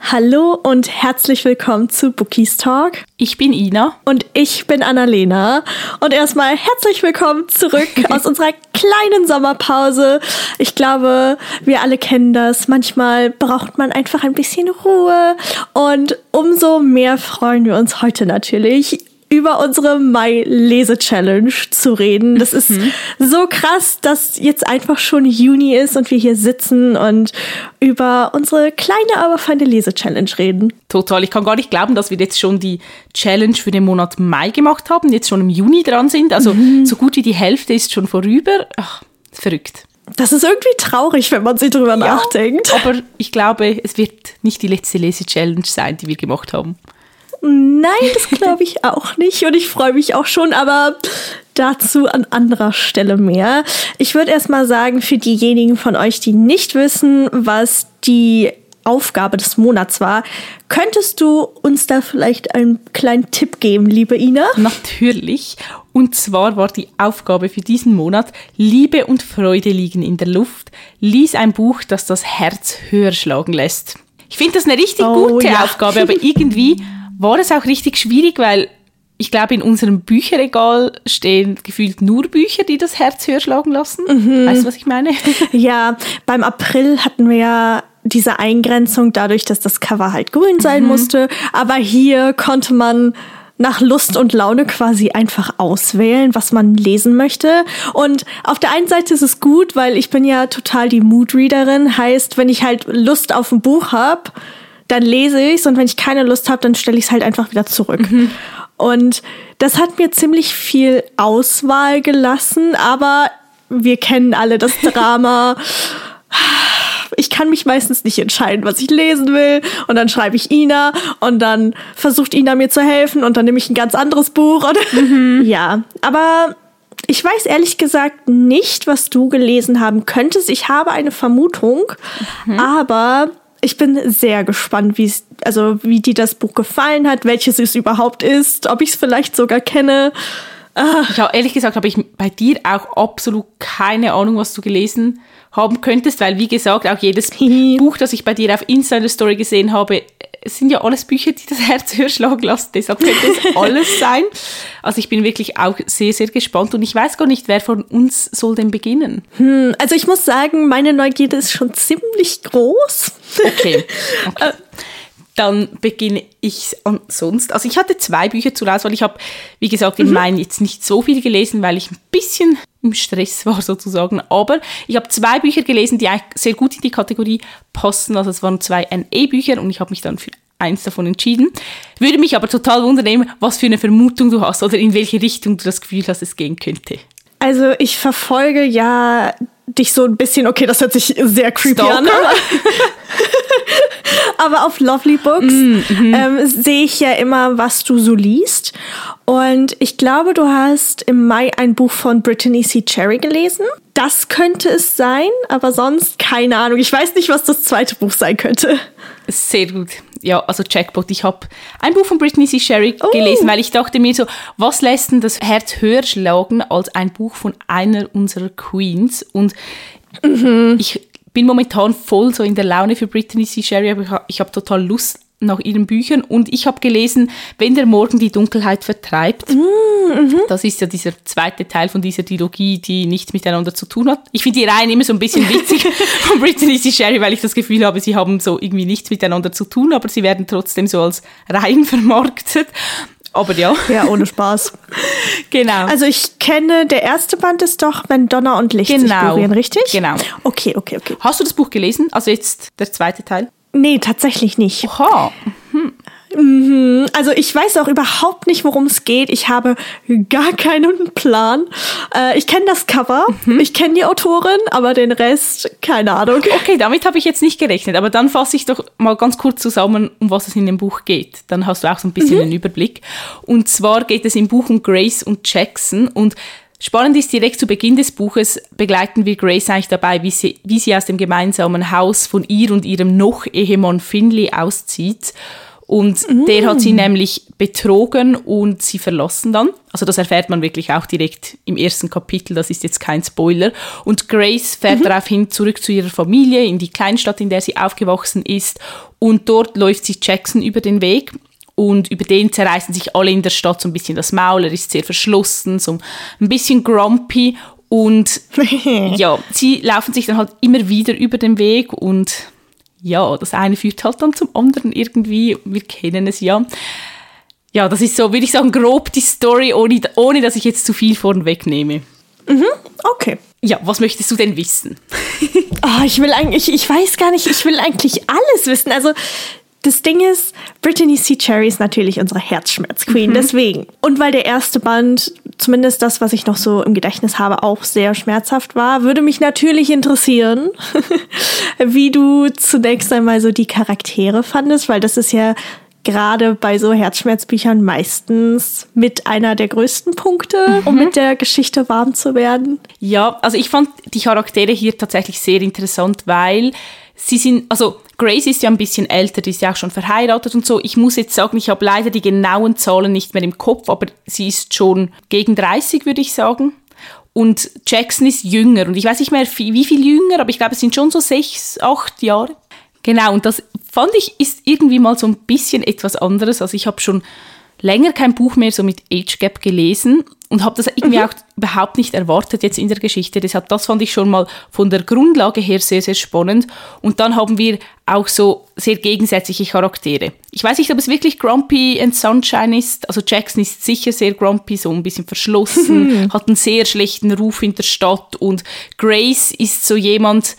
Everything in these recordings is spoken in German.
Hallo und herzlich willkommen zu Bookies Talk. Ich bin Ina. Und ich bin Annalena. Und erstmal herzlich willkommen zurück aus unserer kleinen Sommerpause. Ich glaube, wir alle kennen das. Manchmal braucht man einfach ein bisschen Ruhe. Und umso mehr freuen wir uns heute natürlich, über unsere Mai-Lese-Challenge zu reden. Das ist so krass, dass jetzt einfach schon Juni ist und wir hier sitzen und über unsere kleine, aber feine Lese-Challenge reden. Total. Ich kann gar nicht glauben, dass wir jetzt schon die Challenge für den Monat Mai gemacht haben, jetzt schon im Juni dran sind. Also so gut wie die Hälfte ist schon vorüber. Ach, verrückt. Das ist irgendwie traurig, wenn man sich drüber nachdenkt. Aber ich glaube, es wird nicht die letzte Lese-Challenge sein, die wir gemacht haben. Nein, das glaube ich auch nicht und ich freue mich auch schon, aber dazu an anderer Stelle mehr. Ich würde erst mal sagen, für diejenigen von euch, die nicht wissen, was die Aufgabe des Monats war, könntest du uns da vielleicht einen kleinen Tipp geben, liebe Ina? Natürlich. Und zwar war die Aufgabe für diesen Monat: Liebe und Freude liegen in der Luft. Lies ein Buch, das das Herz höher schlagen lässt. Ich finde das eine richtig gute Aufgabe, aber irgendwie war es auch richtig schwierig, weil ich glaube, in unserem Bücherregal stehen gefühlt nur Bücher, die das Herz höher schlagen lassen. Weißt du, was ich meine? Ja, beim April hatten wir ja diese Eingrenzung dadurch, dass das Cover halt grün sein musste. Aber hier konnte man nach Lust und Laune quasi einfach auswählen, was man lesen möchte. Und auf der einen Seite ist es gut, weil ich bin ja total die Moodreaderin. Heißt, wenn ich halt Lust auf ein Buch habe, dann lese ich es, und wenn ich keine Lust habe, dann stelle ich es halt einfach wieder zurück. Und das hat mir ziemlich viel Auswahl gelassen, aber wir kennen alle das Drama. Ich kann mich meistens nicht entscheiden, was ich lesen will, und dann schreibe ich Ina und dann versucht Ina mir zu helfen und dann nehme ich ein ganz anderes Buch. Ja, aber ich weiß ehrlich gesagt nicht, was du gelesen haben könntest. Ich habe eine Vermutung, aber ich bin sehr gespannt, wie dir das Buch gefallen hat, welches es überhaupt ist, ob ich es vielleicht sogar kenne. Ja, ehrlich gesagt habe ich bei dir auch absolut keine Ahnung, was du gelesen haben könntest, weil, wie gesagt, auch jedes Buch, das ich bei dir auf Insider Story gesehen habe, es sind ja alles Bücher, die das Herz höher schlagen lassen, deshalb könnte es alles sein. Also ich bin wirklich auch sehr, sehr gespannt und ich weiß gar nicht, wer von uns soll denn beginnen. Also ich muss sagen, meine Neugierde ist schon ziemlich groß. Okay. Dann beginne ich ansonsten. Also ich hatte 2 Bücher zur Auswahl. Ich habe, wie gesagt, im Mai jetzt nicht so viel gelesen, weil ich ein bisschen im Stress war sozusagen. Aber ich habe 2 Bücher gelesen, die eigentlich sehr gut in die Kategorie passen. Also es waren 2 NE-Bücher und ich habe mich dann für eins davon entschieden. Würde mich aber total wundern, was für eine Vermutung du hast oder in welche Richtung du das Gefühl hast, es gehen könnte. Also ich verfolge ja dich so ein bisschen, okay, das hört sich sehr creepy an. Aber auf Lovely Books sehe ich ja immer, was du so liest. Und ich glaube, du hast im Mai ein Buch von Brittany C. Cherry gelesen. Das könnte es sein, aber sonst keine Ahnung. Ich weiß nicht, was das zweite Buch sein könnte. Sehr gut. Ja, also Jackpot. Ich habe ein Buch von Brittany C. Cherry gelesen, weil ich dachte mir so, was lässt denn das Herz höher schlagen als ein Buch von einer unserer Queens? Und ich bin momentan voll so in der Laune für Brittany C. Cherry, aber ich habe total Lust nach ihren Büchern. Und ich habe gelesen, Wenn der Morgen die Dunkelheit vertreibt. Das ist ja dieser zweite Teil von dieser Trilogie, die nichts miteinander zu tun hat. Ich finde die Reihen immer so ein bisschen witzig von Brittany C. Cherry, weil ich das Gefühl habe, sie haben so irgendwie nichts miteinander zu tun, aber sie werden trotzdem so als Reihen vermarktet. Aber ja. Ja, ohne Spaß. Genau. Also ich kenne, der erste Band ist doch, wenn Donner und Licht sich berühren, richtig? Genau. Okay. Hast du das Buch gelesen? Also jetzt der zweite Teil? Nee, tatsächlich nicht. Oha. Also ich weiß auch überhaupt nicht, worum es geht. Ich habe gar keinen Plan. Ich kenne das Cover, ich kenne die Autorin, aber den Rest, keine Ahnung. Okay, damit habe ich jetzt nicht gerechnet. Aber dann fasse ich doch mal ganz kurz zusammen, um was es in dem Buch geht. Dann hast du auch so ein bisschen einen Überblick. Und zwar geht es im Buch um Grace und Jackson. Und spannend ist, direkt zu Beginn des Buches begleiten wir Grace eigentlich dabei, wie sie aus dem gemeinsamen Haus von ihr und ihrem Noch-Ehemann Finley auszieht. Und der hat sie nämlich betrogen und sie verlassen dann. Also das erfährt man wirklich auch direkt im ersten Kapitel, das ist jetzt kein Spoiler. Und Grace fährt daraufhin zurück zu ihrer Familie, in die Kleinstadt, in der sie aufgewachsen ist. Und dort läuft sie Jackson über den Weg. Und über den zerreißen sich alle in der Stadt so ein bisschen das Maul. Er ist sehr verschlossen, so ein bisschen grumpy. Und ja, sie laufen sich dann halt immer wieder über den Weg und ja, das eine führt halt dann zum anderen irgendwie. Wir kennen es ja. Ja, das ist so, würde ich sagen, grob die Story, ohne dass ich jetzt zu viel vorwegnehme. Okay. Ja, was möchtest du denn wissen? Ich weiß gar nicht, ich will eigentlich alles wissen. Also, das Ding ist, Brittany C. Cherry ist natürlich unsere Herzschmerz-Queen, deswegen. Und weil der erste Band, zumindest das, was ich noch so im Gedächtnis habe, auch sehr schmerzhaft war, würde mich natürlich interessieren, wie du zunächst einmal so die Charaktere fandest, weil das ist ja gerade bei so Herzschmerzbüchern meistens mit einer der größten Punkte, um mit der Geschichte warm zu werden. Ja, also ich fand die Charaktere hier tatsächlich sehr interessant, weil sie sind, also Grace ist ja ein bisschen älter, die ist ja auch schon verheiratet und so. Ich muss jetzt sagen, ich habe leider die genauen Zahlen nicht mehr im Kopf, aber sie ist schon gegen 30, würde ich sagen. Und Jackson ist jünger und ich weiß nicht mehr, wie viel jünger, aber ich glaube, es sind schon so 6, 8 Jahre. Genau, und das fand ich ist irgendwie mal so ein bisschen etwas anderes. Also ich habe schon länger kein Buch mehr so mit Age Gap gelesen und habe das irgendwie auch überhaupt nicht erwartet jetzt in der Geschichte. Deshalb, das fand ich schon mal von der Grundlage her sehr, sehr spannend. Und dann haben wir auch so sehr gegensätzliche Charaktere. Ich weiß nicht, ob es wirklich Grumpy and Sunshine ist. Also Jackson ist sicher sehr grumpy, so ein bisschen verschlossen, hat einen sehr schlechten Ruf in der Stadt. Und Grace ist so jemand,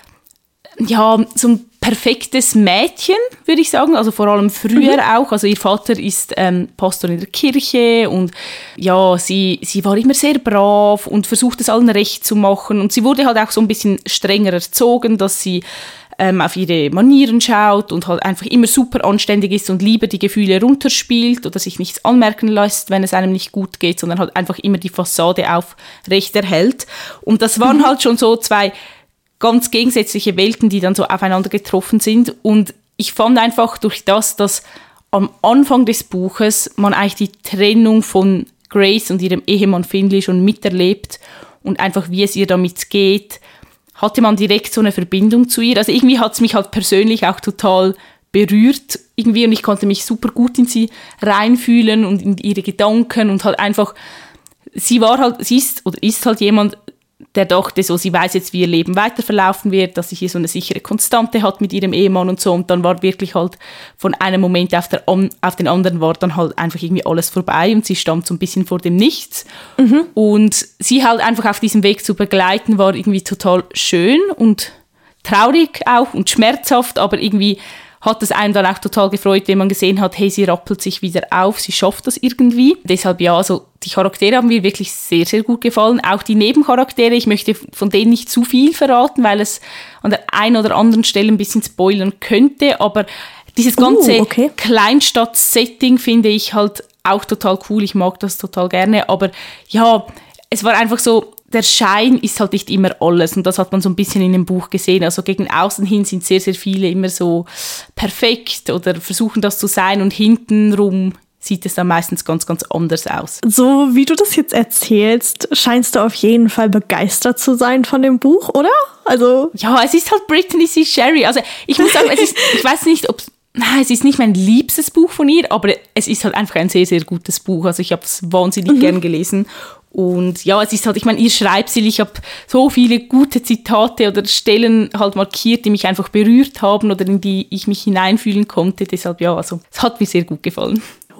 ja, so ein perfektes Mädchen, würde ich sagen, also vor allem früher auch. Also ihr Vater ist Pastor in der Kirche und ja, sie war immer sehr brav und versucht es allen recht zu machen und sie wurde halt auch so ein bisschen strenger erzogen, dass sie auf ihre Manieren schaut und halt einfach immer super anständig ist und lieber die Gefühle runterspielt oder sich nichts anmerken lässt, wenn es einem nicht gut geht, sondern halt einfach immer die Fassade aufrecht erhält. Und das waren halt schon so zwei ganz gegensätzliche Welten, die dann so aufeinander getroffen sind. Und ich fand einfach durch das, dass am Anfang des Buches man eigentlich die Trennung von Grace und ihrem Ehemann Finley schon miterlebt und einfach wie es ihr damit geht, hatte man direkt so eine Verbindung zu ihr. Also irgendwie hat es mich halt persönlich auch total berührt irgendwie und ich konnte mich super gut in sie reinfühlen und in ihre Gedanken und halt einfach, sie ist halt jemand, der dachte so, sie weiß jetzt, wie ihr Leben weiter verlaufen wird, dass sie hier so eine sichere Konstante hat mit ihrem Ehemann und so. Und dann war wirklich halt von einem Moment auf den anderen war dann halt einfach irgendwie alles vorbei und sie stand so ein bisschen vor dem Nichts. Und sie halt einfach auf diesem Weg zu begleiten, war irgendwie total schön und traurig auch und schmerzhaft, aber irgendwie hat es einem dann auch total gefreut, wenn man gesehen hat, hey, sie rappelt sich wieder auf, sie schafft das irgendwie. Deshalb ja, also die Charaktere haben mir wirklich sehr, sehr gut gefallen. Auch die Nebencharaktere, ich möchte von denen nicht zu viel verraten, weil es an der einen oder anderen Stelle ein bisschen spoilern könnte, aber dieses ganze Kleinstadt-Setting finde ich halt auch total cool, ich mag das total gerne, aber ja, es war einfach so, der Schein ist halt nicht immer alles und das hat man so ein bisschen in dem Buch gesehen. Also gegen außen hin sind sehr, sehr viele immer so perfekt oder versuchen das zu sein und hintenrum sieht es dann meistens ganz, ganz anders aus. So wie du das jetzt erzählst, scheinst du auf jeden Fall begeistert zu sein von dem Buch, oder? Also ja, es ist halt Brittany C. Cherry. Also ich muss sagen, ich weiß nicht, es ist nicht mein liebstes Buch von ihr, aber es ist halt einfach ein sehr, sehr gutes Buch. Also ich habe es wahnsinnig gern gelesen. Und ja, es ist halt, ich meine, ihr Schreibstil, ich habe so viele gute Zitate oder Stellen halt markiert, die mich einfach berührt haben oder in die ich mich hineinfühlen konnte. Deshalb ja, also es hat mir sehr gut gefallen.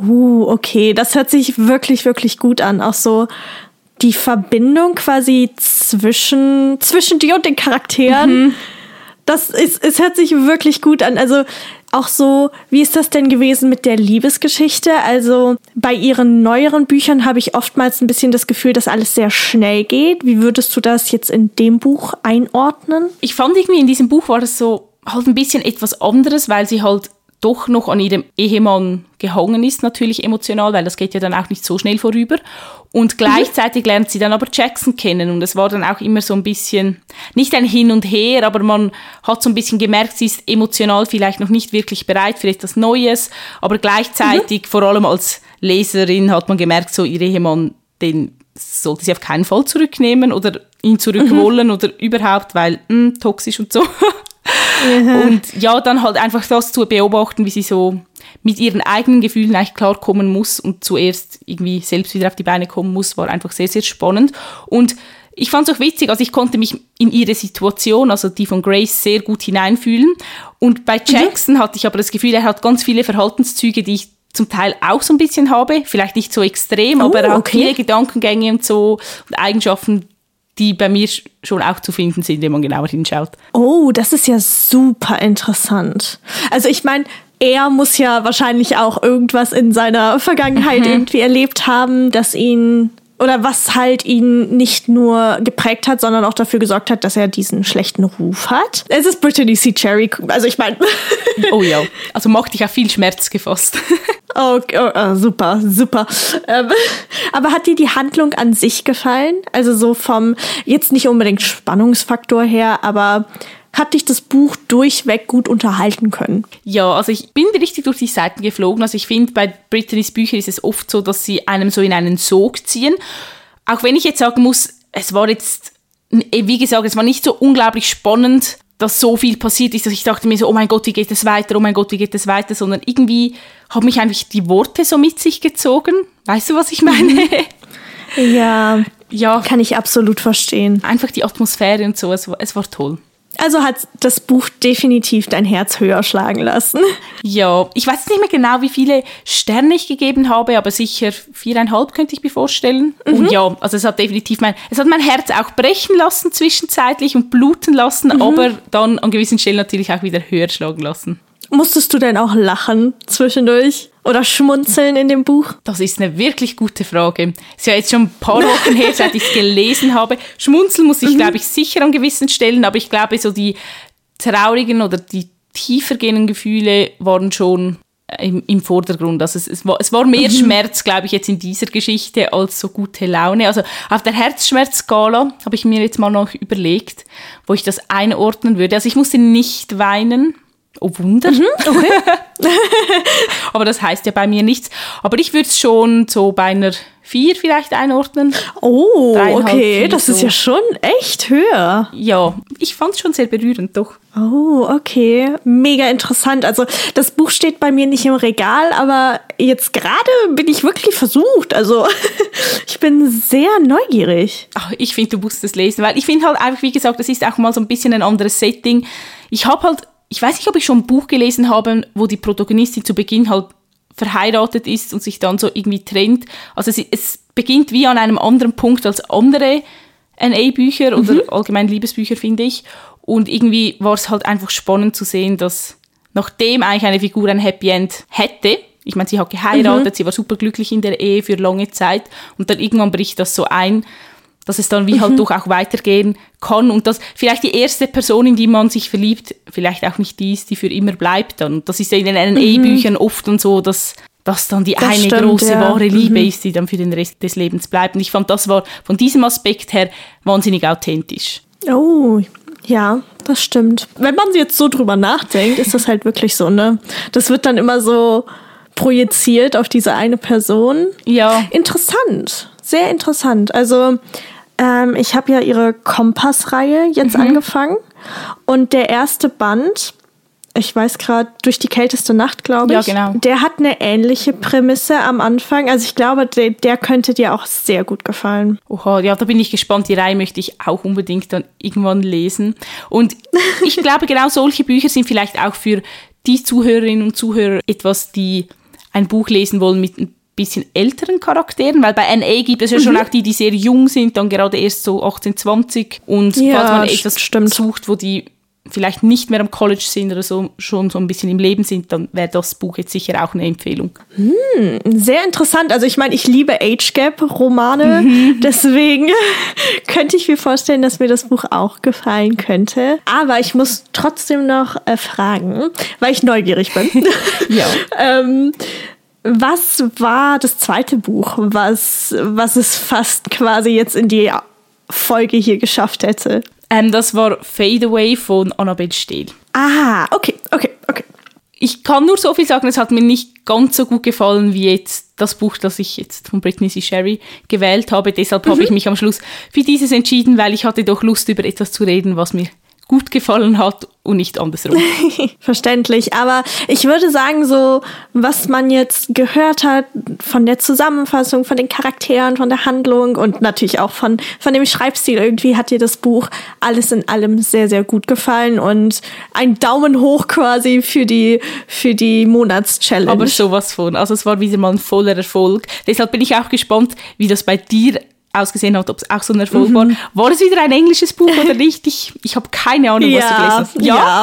Okay, das hört sich wirklich, wirklich gut an. Auch so die Verbindung quasi zwischen dir und den Charakteren. Es hört sich wirklich gut an. Also auch so, wie ist das denn gewesen mit der Liebesgeschichte? Also bei ihren neueren Büchern habe ich oftmals ein bisschen das Gefühl, dass alles sehr schnell geht. Wie würdest du das jetzt in dem Buch einordnen? Ich fand irgendwie in diesem Buch war es so halt ein bisschen etwas anderes, weil sie halt doch noch an ihrem Ehemann gehangen ist, natürlich emotional, weil das geht ja dann auch nicht so schnell vorüber. Und gleichzeitig lernt sie dann aber Jackson kennen und es war dann auch immer so ein bisschen, nicht ein Hin und Her, aber man hat so ein bisschen gemerkt, sie ist emotional vielleicht noch nicht wirklich bereit für etwas Neues, aber gleichzeitig, vor allem als Leserin, hat man gemerkt, so ihr Ehemann, den sollte sie auf keinen Fall zurücknehmen oder ihn zurückwollen oder überhaupt, weil toxisch und so. Und ja, dann halt einfach das zu beobachten, wie sie so mit ihren eigenen Gefühlen eigentlich klarkommen muss und zuerst irgendwie selbst wieder auf die Beine kommen muss, war einfach sehr, sehr spannend. Und ich fand es auch witzig, also ich konnte mich in ihre Situation, also die von Grace, sehr gut hineinfühlen. Und bei Jackson hatte ich aber das Gefühl, er hat ganz viele Verhaltenszüge, die ich zum Teil auch so ein bisschen habe, vielleicht nicht so extrem, aber er hat viele Gedankengänge und so und Eigenschaften, die bei mir schon auch zu finden sind, wenn man genauer hinschaut. Oh, das ist ja super interessant. Also ich meine, er muss ja wahrscheinlich auch irgendwas in seiner Vergangenheit irgendwie erlebt haben, das ihn, oder was halt ihn nicht nur geprägt hat, sondern auch dafür gesorgt hat, dass er diesen schlechten Ruf hat. Es ist Brittany C. Cherry, also ich meine... Oh ja, also macht dich auf viel Schmerz gefasst. Super, super. Aber hat dir die Handlung an sich gefallen? Also so vom, jetzt nicht unbedingt Spannungsfaktor her, aber hat dich das Buch durchweg gut unterhalten können? Ja, also ich bin richtig durch die Seiten geflogen. Also ich finde, bei Brittany's Büchern ist es oft so, dass sie einem so in einen Sog ziehen. Auch wenn ich jetzt sagen muss, es war jetzt, wie gesagt, es war nicht so unglaublich spannend, dass so viel passiert ist, dass ich dachte mir so, oh mein Gott, wie geht es weiter, oh mein Gott, wie geht es weiter, sondern irgendwie haben mich einfach die Worte so mit sich gezogen. Weißt du, was ich meine? Ja, kann ich absolut verstehen. Einfach die Atmosphäre und so, es war toll. Also hat das Buch definitiv dein Herz höher schlagen lassen. Ja, ich weiß nicht mehr genau, wie viele Sterne ich gegeben habe, aber sicher 4,5 könnte ich mir vorstellen. Und ja, also es hat definitiv mein Herz auch brechen lassen zwischenzeitlich und bluten lassen, aber dann an gewissen Stellen natürlich auch wieder höher schlagen lassen. Musstest du denn auch lachen zwischendurch? Oder schmunzeln in dem Buch? Das ist eine wirklich gute Frage. Es ist ja jetzt schon ein paar Wochen her, seit ich es gelesen habe. Schmunzeln muss ich, glaube ich, sicher an gewissen Stellen, aber ich glaube, so die traurigen oder die tiefer gehenden Gefühle waren schon im Vordergrund. Also es war mehr Schmerz, glaube ich, jetzt in dieser Geschichte als so gute Laune. Also auf der Herzschmerzskala habe ich mir jetzt mal noch überlegt, wo ich das einordnen würde. Also ich musste nicht weinen. Oh Wunder. Okay. Aber das heißt ja bei mir nichts. Aber ich würde es schon so bei einer 4 vielleicht einordnen. Oh, okay. 4, das ist so. Ja schon echt höher. Ja, ich fand es schon sehr berührend, doch. Oh, okay. Mega interessant. Also das Buch steht bei mir nicht im Regal, aber jetzt gerade bin ich wirklich versucht. Also ich bin sehr neugierig. Ach, ich finde, du musst es lesen, weil ich finde halt einfach, wie gesagt, das ist auch mal so ein bisschen ein anderes Setting. Ich weiß nicht, ob ich schon ein Buch gelesen habe, wo die Protagonistin zu Beginn halt verheiratet ist und sich dann so irgendwie trennt. Also es beginnt wie an einem anderen Punkt als andere NA-Bücher oder allgemein Liebesbücher, finde ich. Und irgendwie war es halt einfach spannend zu sehen, dass nachdem eigentlich eine Figur ein Happy End hätte, ich meine, sie hat geheiratet, sie war superglücklich in der Ehe für lange Zeit und dann irgendwann bricht das so ein, dass es dann wie halt doch auch weitergehen kann und dass vielleicht die erste Person, in die man sich verliebt, vielleicht auch nicht die ist, die für immer bleibt dann. Und das ist ja in den NA-Büchern oft und so, dass dann die eine große, wahre Liebe ist, die dann für den Rest des Lebens bleibt. Und ich fand, das war von diesem Aspekt her wahnsinnig authentisch. Oh, ja, das stimmt. Wenn man jetzt so drüber nachdenkt, ist das halt wirklich so, ne? Das wird dann immer so projiziert auf diese eine Person. Ja. Interessant, sehr interessant. Also ich habe ja ihre Kompass-Reihe jetzt angefangen und der erste Band, ich weiß gerade, Durch die kälteste Nacht, glaube ich, ja, genau. Der hat eine ähnliche Prämisse am Anfang. Also ich glaube, der könnte dir auch sehr gut gefallen. Oha, ja, da bin ich gespannt. Die Reihe möchte ich auch unbedingt dann irgendwann lesen. Und ich glaube, genau solche Bücher sind vielleicht auch für die Zuhörerinnen und Zuhörer etwas, die ein Buch lesen wollen mit ein bisschen älteren Charakteren, weil bei NA gibt es ja schon auch die sehr jung sind, dann gerade erst so 18, 20 und falls man etwas sucht, wo die vielleicht nicht mehr am College sind oder so, schon so ein bisschen im Leben sind, dann wäre das Buch jetzt sicher auch eine Empfehlung. Sehr interessant. Also ich meine, ich liebe Age-Gap-Romane, deswegen könnte ich mir vorstellen, dass mir das Buch auch gefallen könnte. Aber ich muss trotzdem noch fragen, weil ich neugierig bin. Ja. Was war das zweite Buch, was es fast quasi jetzt in die Folge hier geschafft hätte? Das war Fade Away von Annabel Steele. Ah, okay. Ich kann nur so viel sagen, es hat mir nicht ganz so gut gefallen wie jetzt das Buch, das ich jetzt von Brittany C. Sherry gewählt habe. Deshalb habe ich mich am Schluss für dieses entschieden, weil ich hatte doch Lust, über etwas zu reden, was mir gut gefallen hat und nicht andersrum. Verständlich, aber ich würde sagen, so was man jetzt gehört hat von der Zusammenfassung, von den Charakteren, von der Handlung und natürlich auch von dem Schreibstil, irgendwie hat dir das Buch alles in allem sehr, sehr gut gefallen und ein Daumen hoch quasi für die Monatschallenge. Aber sowas von, also es war wieder mal ein voller Erfolg. Deshalb bin ich auch gespannt, wie das bei dir ausgesehen hat, ob es auch so ein Erfolg war. War es wieder ein englisches Buch oder nicht? Ich habe keine Ahnung, was du gelesen hast.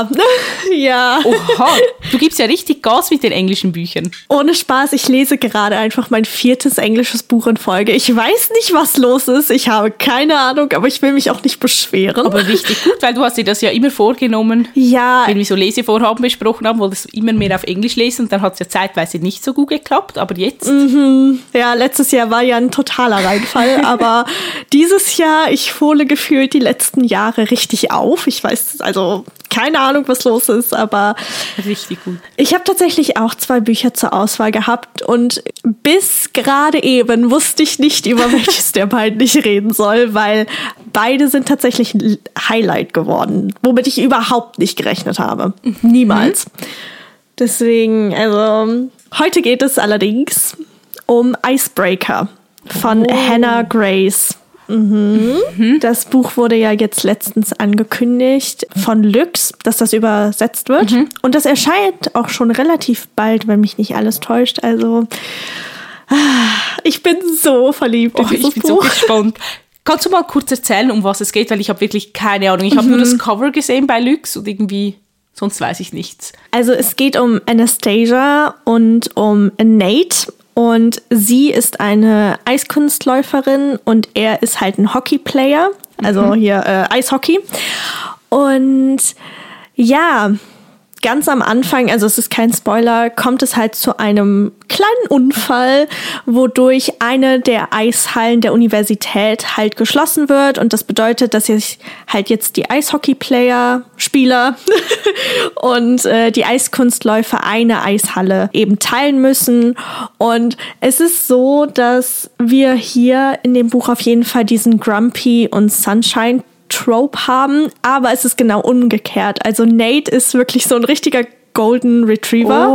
Ja. Oha, du gibst ja richtig Gas mit den englischen Büchern. Ohne Spaß, ich lese gerade einfach mein 4. englisches Buch in Folge. Ich weiß nicht, was los ist. Ich habe keine Ahnung, aber ich will mich auch nicht beschweren. Aber richtig gut, weil du hast dir das ja immer vorgenommen. Ja. Wenn wir so Lesevorhaben besprochen haben, wolltest du immer mehr auf Englisch lesen und dann hat es ja zeitweise nicht so gut geklappt, aber jetzt? Ja, letztes Jahr war ja ein totaler Reinfall, aber dieses Jahr, ich hole gefühlt die letzten Jahre richtig auf. Ich weiß, also keine Ahnung, was los ist, aber richtig gut. Ich habe tatsächlich auch 2 Bücher zur Auswahl gehabt und bis gerade eben wusste ich nicht, über welches der beiden ich reden soll, weil beide sind tatsächlich ein Highlight geworden, womit ich überhaupt nicht gerechnet habe. Niemals. Deswegen, also heute geht es allerdings um Icebreaker von Hannah Grace. Das Buch wurde ja jetzt letztens angekündigt von Lux, dass das übersetzt wird. Und das erscheint auch schon relativ bald, wenn mich nicht alles täuscht. Also, ich bin so verliebt in dieses Buch. Ich bin so gespannt. Kannst du mal kurz erzählen, um was es geht? Weil ich habe wirklich keine Ahnung. Ich habe nur das Cover gesehen bei Lux und irgendwie sonst weiß ich nichts. Also es geht um Anastasia und um Nate. Und sie ist eine Eiskunstläuferin und er ist halt ein Hockeyplayer, also hier Eishockey. Und ja, ganz am Anfang, also es ist kein Spoiler, kommt es halt zu einem kleinen Unfall, wodurch eine der Eishallen der Universität halt geschlossen wird. Und das bedeutet, dass sich halt jetzt die Spieler und die Eiskunstläufer eine Eishalle eben teilen müssen. Und es ist so, dass wir hier in dem Buch auf jeden Fall diesen Grumpy und Sunshine Trope haben, aber es ist genau umgekehrt. Also Nate ist wirklich so ein richtiger Golden Retriever.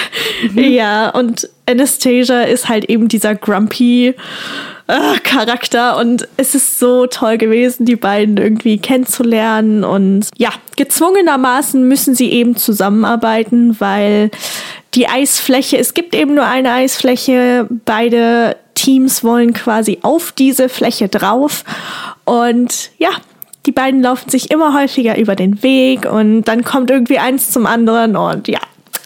Ja, und Anastasia ist halt eben dieser grumpy Charakter und es ist so toll gewesen, die beiden irgendwie kennenzulernen und ja, gezwungenermaßen müssen sie eben zusammenarbeiten, weil die Eisfläche, es gibt eben nur eine Eisfläche, beide Teams wollen quasi auf diese Fläche drauf und ja, die beiden laufen sich immer häufiger über den Weg und dann kommt irgendwie eins zum anderen und ja.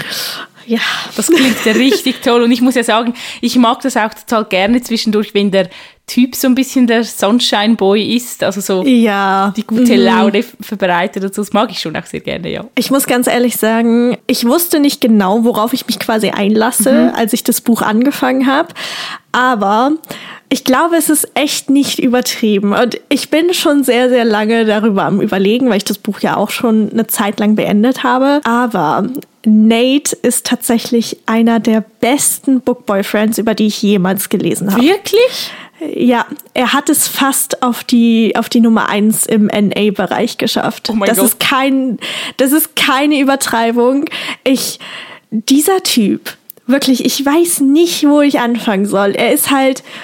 Das klingt ja richtig toll und ich muss ja sagen, ich mag das auch total gerne zwischendurch, wenn der Typ so ein bisschen der Sunshine Boy ist, also so die gute Laune verbreitet und so, das mag ich schon auch sehr gerne, ja. Ich muss ganz ehrlich sagen, ich wusste nicht genau, worauf ich mich quasi einlasse, als ich das Buch angefangen habe, aber ich glaube, es ist echt nicht übertrieben und ich bin schon sehr, sehr lange darüber am Überlegen, weil ich das Buch ja auch schon eine Zeit lang beendet habe, aber Nate ist tatsächlich einer der besten Book-Boyfriends, über die ich jemals gelesen habe. Wirklich? Ja, er hat es fast auf die Nummer 1 im NA-Bereich geschafft. Oh mein Gott. Das ist keine Übertreibung. Dieser Typ, wirklich, ich weiß nicht, wo ich anfangen soll. Er ist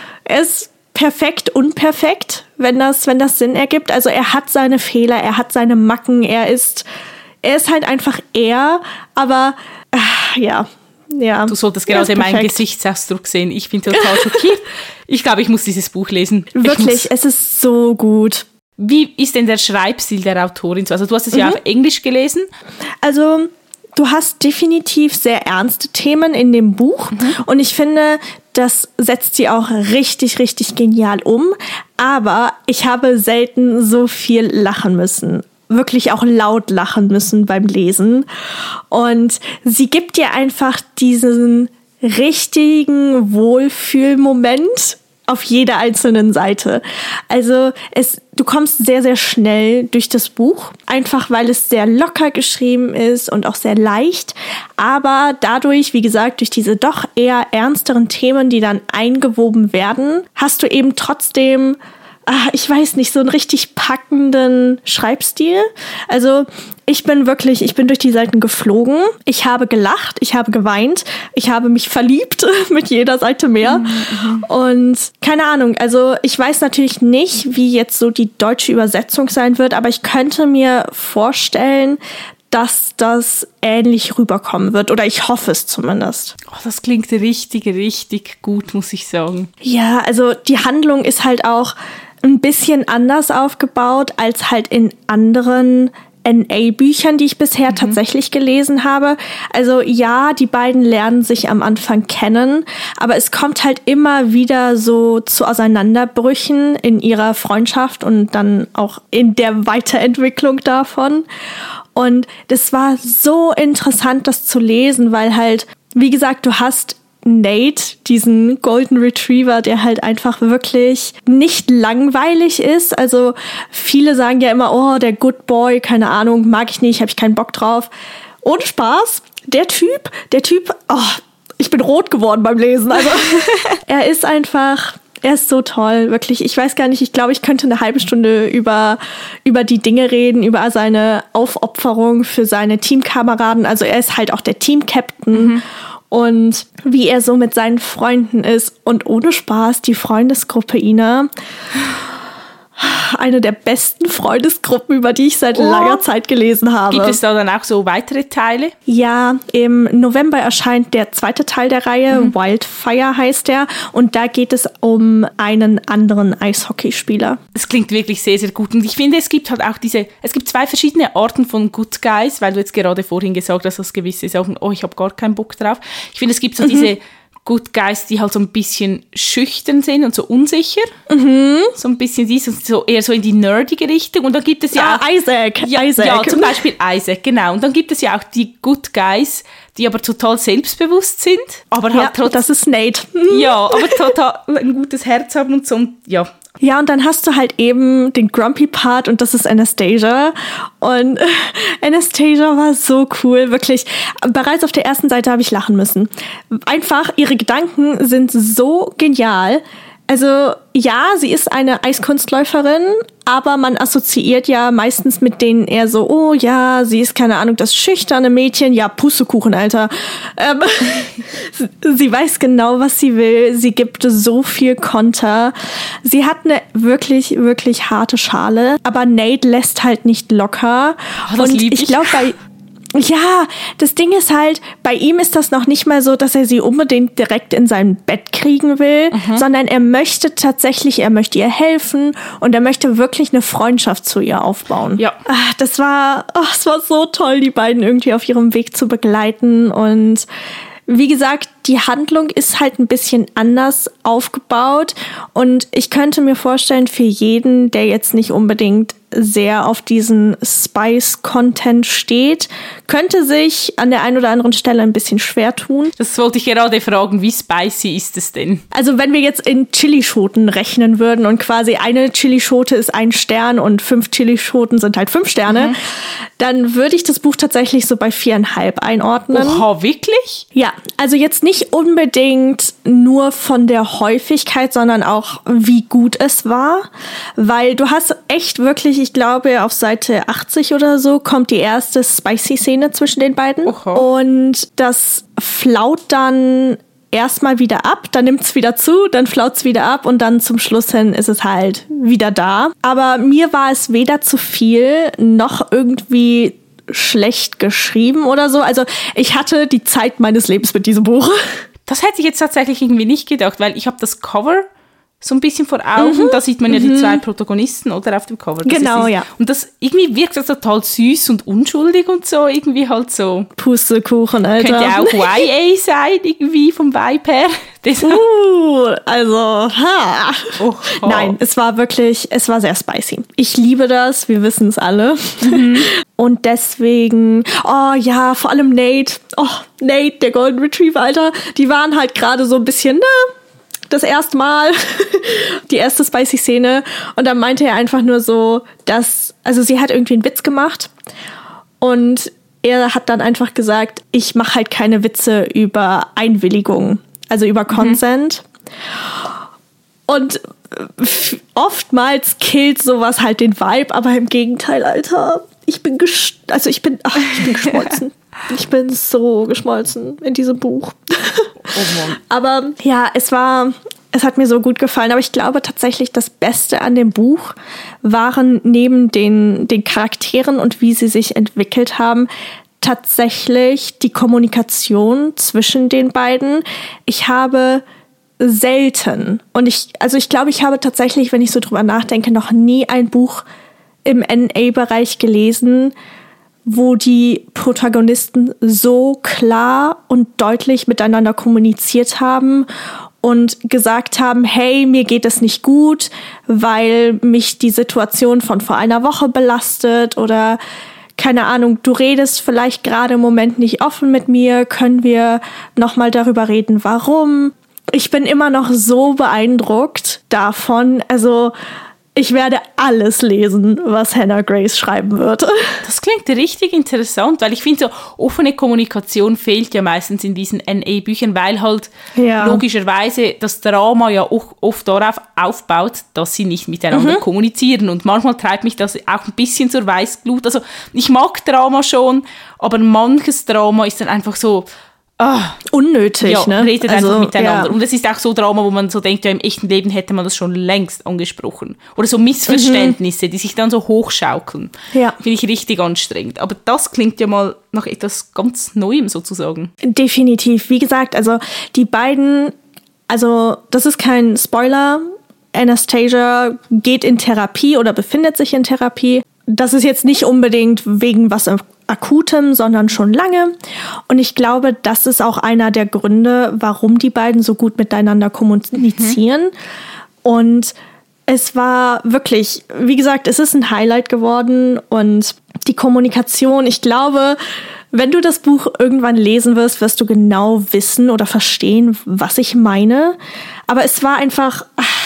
perfekt unperfekt, wenn das Sinn ergibt. Also er hat seine Fehler, er hat seine Macken, er ist halt einfach aber ja. Du solltest gerade meinen Gesichtsausdruck sehen. Ich bin total schockiert. Ich glaube, ich muss dieses Buch lesen. Wirklich, es ist so gut. Wie ist denn der Schreibstil der Autorin? Also du hast es ja auf Englisch gelesen. Also du hast definitiv sehr ernste Themen in dem Buch und ich finde, das setzt sie auch richtig, richtig genial um. Aber ich habe selten so viel lachen müssen. Wirklich auch laut lachen müssen beim Lesen. Und sie gibt dir einfach diesen richtigen Wohlfühlmoment auf jeder einzelnen Seite. Also du kommst sehr, sehr schnell durch das Buch, einfach weil es sehr locker geschrieben ist und auch sehr leicht. Aber dadurch, wie gesagt, durch diese doch eher ernsteren Themen, die dann eingewoben werden, hast du eben trotzdem, ich weiß nicht, so einen richtig packenden Schreibstil. Also ich bin durch die Seiten geflogen. Ich habe gelacht, ich habe geweint, ich habe mich verliebt mit jeder Seite mehr. Und keine Ahnung, also ich weiß natürlich nicht, wie jetzt so die deutsche Übersetzung sein wird, aber ich könnte mir vorstellen, dass das ähnlich rüberkommen wird. Oder ich hoffe es zumindest. Oh, das klingt richtig, richtig gut, muss ich sagen. Ja, also die Handlung ist halt auch ein bisschen anders aufgebaut als halt in anderen NA-Büchern, die ich bisher tatsächlich gelesen habe. Also ja, die beiden lernen sich am Anfang kennen, aber es kommt halt immer wieder so zu Auseinanderbrüchen in ihrer Freundschaft und dann auch in der Weiterentwicklung davon. Und das war so interessant, das zu lesen, weil halt, wie gesagt, du hast Nate, diesen Golden Retriever, der halt einfach wirklich nicht langweilig ist. Also viele sagen ja immer, oh, der Good Boy, keine Ahnung, mag ich nicht, habe ich keinen Bock drauf. Ohne Spaß, der Typ, oh, ich bin rot geworden beim Lesen. Also er ist so toll, wirklich. Ich weiß gar nicht, ich glaube, ich könnte eine halbe Stunde über die Dinge reden, über seine Aufopferung für seine Teamkameraden. Also er ist halt auch der Team-Captain. Und wie er so mit seinen Freunden ist. Und ohne Spaß, die Freundesgruppe Ina, eine der besten Freundesgruppen, über die ich seit langer Zeit gelesen habe. Gibt es da dann auch so weitere Teile? Ja, im November erscheint der zweite Teil der Reihe, Wildfire heißt der. Und da geht es um einen anderen Eishockeyspieler. Es klingt wirklich sehr, sehr gut. Und ich finde, es gibt halt auch es gibt zwei verschiedene Arten von Good Guys, weil du jetzt gerade vorhin gesagt hast, dass gewisse sagen, oh, ich habe gar keinen Bock drauf. Ich finde, es gibt so diese Good Guys, die halt so ein bisschen schüchtern sind und so unsicher. So ein bisschen so eher so in die nerdige Richtung. Und dann gibt es ja auch Isaac. Ja, zum Beispiel Isaac, genau. Und dann gibt es ja auch die Good Guys, die aber total selbstbewusst sind. Aber halt trotzdem. Das ist Nate. Ja, aber total ein gutes Herz haben und so. Und ja. Ja, und dann hast du halt eben den Grumpy Part und das ist Anastasia. Und Anastasia war so cool, wirklich. Bereits auf der ersten Seite habe ich lachen müssen. Einfach, ihre Gedanken sind so genial. Also ja, sie ist eine Eiskunstläuferin, aber man assoziiert ja meistens mit denen eher so, oh ja, sie ist, keine Ahnung, das schüchterne Mädchen. Ja, Pustekuchen, Alter. Sie weiß genau, was sie will. Sie gibt so viel Konter. Sie hat eine wirklich, wirklich harte Schale, aber Nate lässt halt nicht locker. Oh, das lieb ich. Ich glaube, ja, das Ding ist halt, bei ihm ist das noch nicht mal so, dass er sie unbedingt direkt in sein Bett kriegen will, sondern er möchte ihr helfen und er möchte wirklich eine Freundschaft zu ihr aufbauen. Ja. Es war so toll, die beiden irgendwie auf ihrem Weg zu begleiten und wie gesagt, die Handlung ist halt ein bisschen anders aufgebaut und ich könnte mir vorstellen, für jeden, der jetzt nicht unbedingt sehr auf diesen Spice-Content steht, könnte sich an der einen oder anderen Stelle ein bisschen schwer tun. Das wollte ich gerade fragen, wie spicy ist es denn? Also wenn wir jetzt in Chilischoten rechnen würden und quasi eine Chilischote ist 1 Stern und 5 Chilischoten sind halt 5 Sterne, dann würde ich das Buch tatsächlich so bei 4,5 einordnen. Oha, wirklich? Ja, also jetzt nicht unbedingt nur von der Häufigkeit, sondern auch wie gut es war, weil du hast echt wirklich, ich glaube, auf Seite 80 oder so kommt die erste Spicy-Szene zwischen den beiden. Oha. Und das flaut dann erstmal wieder ab, dann nimmt's wieder zu, dann flaut's wieder ab und dann zum Schluss hin ist es halt wieder da. Aber mir war es weder zu viel noch irgendwie schlecht geschrieben oder so. Also ich hatte die Zeit meines Lebens mit diesem Buch. Das hätte ich jetzt tatsächlich irgendwie nicht gedacht, weil ich habe das Cover so ein bisschen vor Augen. Da sieht man ja die zwei Protagonisten, oder, auf dem Cover. Das genau, ist, ja. Und das irgendwie wirkt das total süß und unschuldig und so, irgendwie halt so. Pustekuchen, Alter. Könnte auch YA sein, irgendwie vom Vibe her. Also, ha. Oh. Nein, es war sehr spicy. Ich liebe das, wir wissen es alle. Und deswegen, oh ja, vor allem Nate, der Golden Retriever, Alter, die waren halt gerade so ein bisschen, das erste Mal, die erste spicy Szene. Und dann meinte er einfach nur so, also sie hat irgendwie einen Witz gemacht und er hat dann einfach gesagt, ich mache halt keine Witze über Einwilligung, also über Consent. Und oftmals killt sowas halt den Vibe, aber im Gegenteil, Alter, ich bin geschmolzen. Ich bin so geschmolzen in diesem Buch. Oh Mann. Aber ja, es hat mir so gut gefallen. Aber ich glaube tatsächlich, das Beste an dem Buch waren neben den Charakteren und wie sie sich entwickelt haben, tatsächlich die Kommunikation zwischen den beiden. Ich habe selten, und ich glaube, ich habe tatsächlich, wenn ich so drüber nachdenke, noch nie ein Buch im NA-Bereich gelesen, wo die Protagonisten so klar und deutlich miteinander kommuniziert haben und gesagt haben, hey, mir geht es nicht gut, weil mich die Situation von vor einer Woche belastet oder keine Ahnung, du redest vielleicht gerade im Moment nicht offen mit mir, können wir nochmal darüber reden, warum? Ich bin immer noch so beeindruckt davon, also ich werde alles lesen, was Hannah Grace schreiben wird. Das klingt richtig interessant, weil ich finde, so offene Kommunikation fehlt ja meistens in diesen NA-Büchern, weil halt logischerweise das Drama ja auch oft darauf aufbaut, dass sie nicht miteinander kommunizieren. Und manchmal treibt mich das auch ein bisschen zur Weißglut. Also ich mag Drama schon, aber manches Drama ist dann einfach so unnötig, ja, ne? Redet einfach miteinander. Ja. Und es ist auch so Drama, wo man so denkt, ja, im echten Leben hätte man das schon längst angesprochen. Oder so Missverständnisse, die sich dann so hochschaukeln. Ja. Finde ich richtig anstrengend. Aber das klingt ja mal nach etwas ganz Neuem sozusagen. Definitiv. Wie gesagt, also die beiden, also das ist kein Spoiler. Anastasia geht in Therapie oder befindet sich in Therapie. Das ist jetzt nicht unbedingt wegen was Akutem, sondern schon lange. Und ich glaube, das ist auch einer der Gründe, warum die beiden so gut miteinander kommunizieren. Und es war wirklich, wie gesagt, es ist ein Highlight geworden. Und die Kommunikation, ich glaube, wenn du das Buch irgendwann lesen wirst, wirst du genau wissen oder verstehen, was ich meine. Aber es war einfach,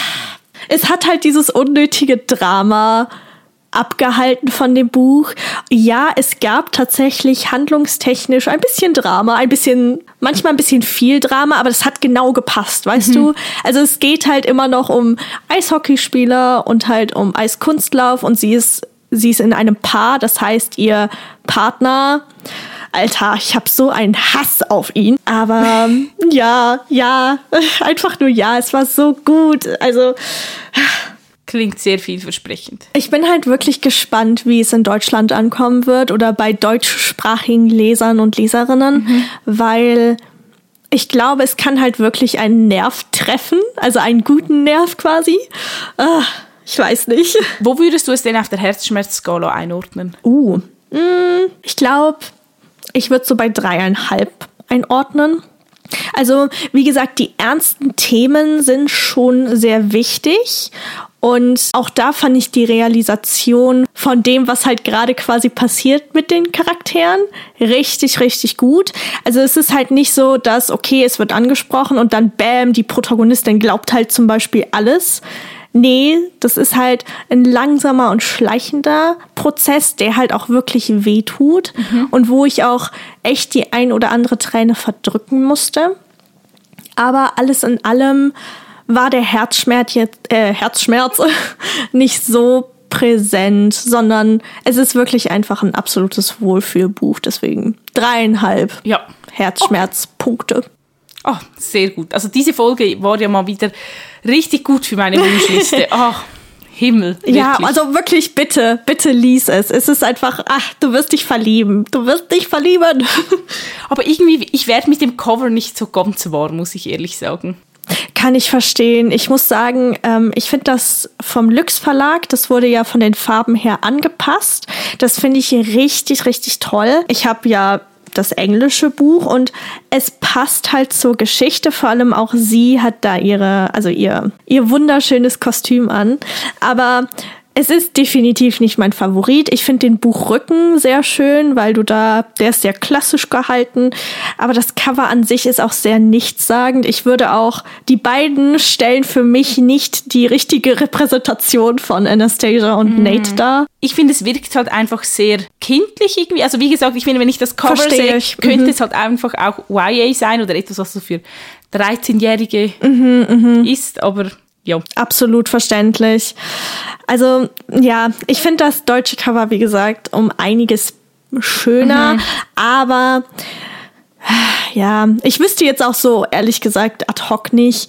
es hat halt dieses unnötige Drama abgehalten von dem Buch. Ja, es gab tatsächlich handlungstechnisch ein bisschen Drama, manchmal ein bisschen viel Drama, aber das hat genau gepasst, weißt du? Also es geht halt immer noch um Eishockeyspieler und halt um Eiskunstlauf und sie ist in einem Paar, das heißt ihr Partner, Alter, ich habe so einen Hass auf ihn, aber ja, einfach nur ja, es war so gut, also Klingt sehr vielversprechend. Ich bin halt wirklich gespannt, wie es in Deutschland ankommen wird oder bei deutschsprachigen Lesern und Leserinnen, weil ich glaube, es kann halt wirklich einen Nerv treffen, also einen guten Nerv quasi. Ich weiß nicht. Wo würdest du es denn auf der Herzschmerzskala einordnen? Ich glaube, ich würde so bei 3,5 einordnen. Also, wie gesagt, die ernsten Themen sind schon sehr wichtig. Und auch da fand ich die Realisation von dem, was halt gerade quasi passiert mit den Charakteren, richtig, richtig gut. Also es ist halt nicht so, dass, okay, es wird angesprochen und dann bam, die Protagonistin glaubt halt zum Beispiel alles. Nee, das ist halt ein langsamer und schleichender Prozess, der halt auch wirklich wehtut und wo ich auch echt die ein oder andere Träne verdrücken musste. Aber alles in allem war der Herzschmerz nicht so präsent, sondern es ist wirklich einfach ein absolutes Wohlfühlbuch. Deswegen 3,5 Herzschmerzpunkte. Oh, sehr gut. Also diese Folge war ja mal wieder richtig gut für meine Wunschliste. Ach, Himmel. Wirklich. Ja, also wirklich, bitte lies es. Es ist einfach, du wirst dich verlieben. Du wirst dich verlieben. Aber irgendwie, ich werde mit dem Cover nicht so ganz warm, muss ich ehrlich sagen. Kann ich verstehen. Ich muss sagen, ich finde das vom Lüx Verlag, das wurde ja von den Farben her angepasst. Das finde ich richtig, richtig toll. Ich habe ja das englische Buch und es passt halt zur Geschichte. Vor allem auch sie hat da ihr wunderschönes Kostüm an. Aber es ist definitiv nicht mein Favorit. Ich finde den Buchrücken sehr schön, weil der ist sehr klassisch gehalten. Aber das Cover an sich ist auch sehr nichtssagend. Ich würde auch, die beiden stellen für mich nicht die richtige Repräsentation von Anastasia und Nate dar. Ich finde, es wirkt halt einfach sehr kindlich irgendwie. Also wie gesagt, ich finde, wenn ich das Cover sehe, könnte es halt einfach auch YA sein oder etwas, was so für 13-Jährige ist, aber ja. Absolut verständlich. Also, ja, ich finde das deutsche Cover, wie gesagt, um einiges schöner, aber ja, ich wüsste jetzt auch so, ehrlich gesagt, ad hoc nicht,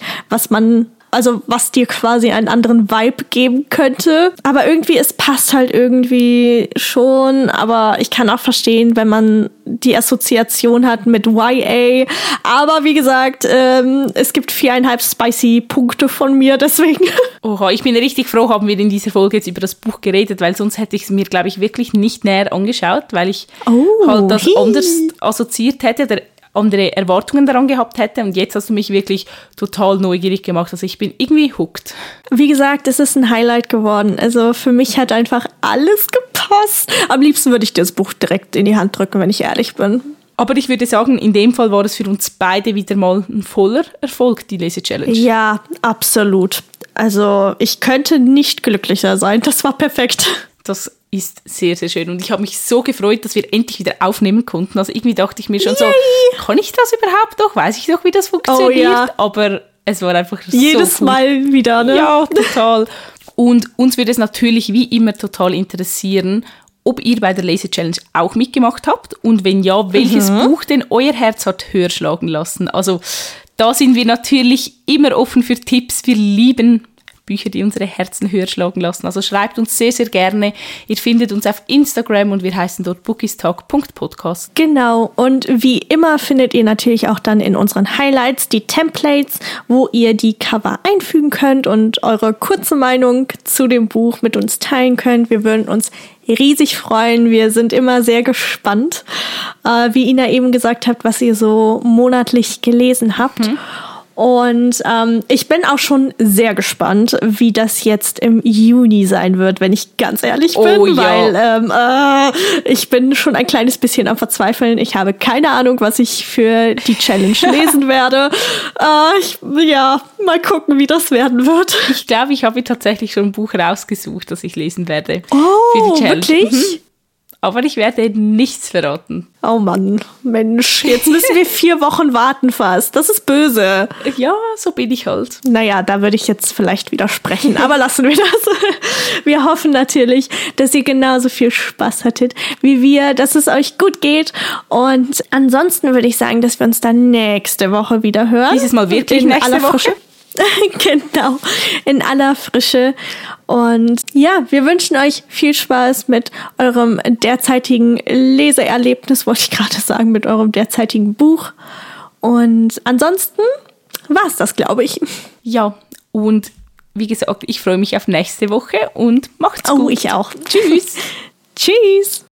was dir quasi einen anderen Vibe geben könnte. Aber irgendwie, es passt halt irgendwie schon. Aber ich kann auch verstehen, wenn man die Assoziation hat mit YA. Aber wie gesagt, es gibt 4,5 spicy Punkte von mir, deswegen. Oha, ich bin richtig froh, haben wir in dieser Folge jetzt über das Buch geredet, weil sonst hätte ich es mir, glaube ich, wirklich nicht näher angeschaut, weil ich halt das anders assoziiert hätte oder andere Erwartungen daran gehabt hätte und jetzt hast du mich wirklich total neugierig gemacht. Also ich bin irgendwie hooked. Wie gesagt, es ist ein Highlight geworden. Also für mich hat einfach alles gepasst. Am liebsten würde ich das Buch direkt in die Hand drücken, wenn ich ehrlich bin. Aber ich würde sagen, in dem Fall war es für uns beide wieder mal ein voller Erfolg, die Lese-Challenge. Ja, absolut. Also ich könnte nicht glücklicher sein. Das war perfekt. Das ist sehr, sehr schön. Und ich habe mich so gefreut, dass wir endlich wieder aufnehmen konnten. Also irgendwie dachte ich mir schon so, kann ich das überhaupt noch? Weiß ich noch, wie das funktioniert? Oh, ja. Aber es war einfach jedes so cool. Mal wieder, ne? Ja, total. Und uns würde es natürlich wie immer total interessieren, ob ihr bei der Lese-Challenge auch mitgemacht habt. Und wenn ja, welches Buch denn euer Herz hat höher schlagen lassen? Also da sind wir natürlich immer offen für Tipps. Wir lieben Bücher, die unsere Herzen höher schlagen lassen. Also schreibt uns sehr, sehr gerne. Ihr findet uns auf Instagram und wir heißen dort bookiestalk.podcast. Genau. Und wie immer findet ihr natürlich auch dann in unseren Highlights die Templates, wo ihr die Cover einfügen könnt und eure kurze Meinung zu dem Buch mit uns teilen könnt. Wir würden uns riesig freuen. Wir sind immer sehr gespannt, wie Ina eben gesagt hat, was ihr so monatlich gelesen habt. Und ich bin auch schon sehr gespannt, wie das jetzt im Juni sein wird, wenn ich ganz ehrlich bin, weil ich bin schon ein kleines bisschen am Verzweifeln. Ich habe keine Ahnung, was ich für die Challenge lesen werde. Mal gucken, wie das werden wird. Ich glaube, ich habe tatsächlich schon ein Buch rausgesucht, das ich lesen werde. Oh, für die Challenge. Wirklich? Aber ich werde nichts verraten. Oh Mann, Mensch, jetzt müssen wir 4 Wochen warten fast. Das ist böse. Ja, so bin ich halt. Naja, da würde ich jetzt vielleicht widersprechen, aber lassen wir das. Wir hoffen natürlich, dass ihr genauso viel Spaß hattet wie wir, dass es euch gut geht. Und ansonsten würde ich sagen, dass wir uns dann nächste Woche wieder hören. Dieses Mal wirklich nächste Woche? Genau, in aller Frische. Und ja, wir wünschen euch viel Spaß mit eurem derzeitigen Leseerlebnis, wollte ich gerade sagen, mit eurem derzeitigen Buch. Und ansonsten war's das, glaube ich. Ja, und wie gesagt, ich freue mich auf nächste Woche und macht's gut. Oh, ich auch. Tschüss. Tschüss.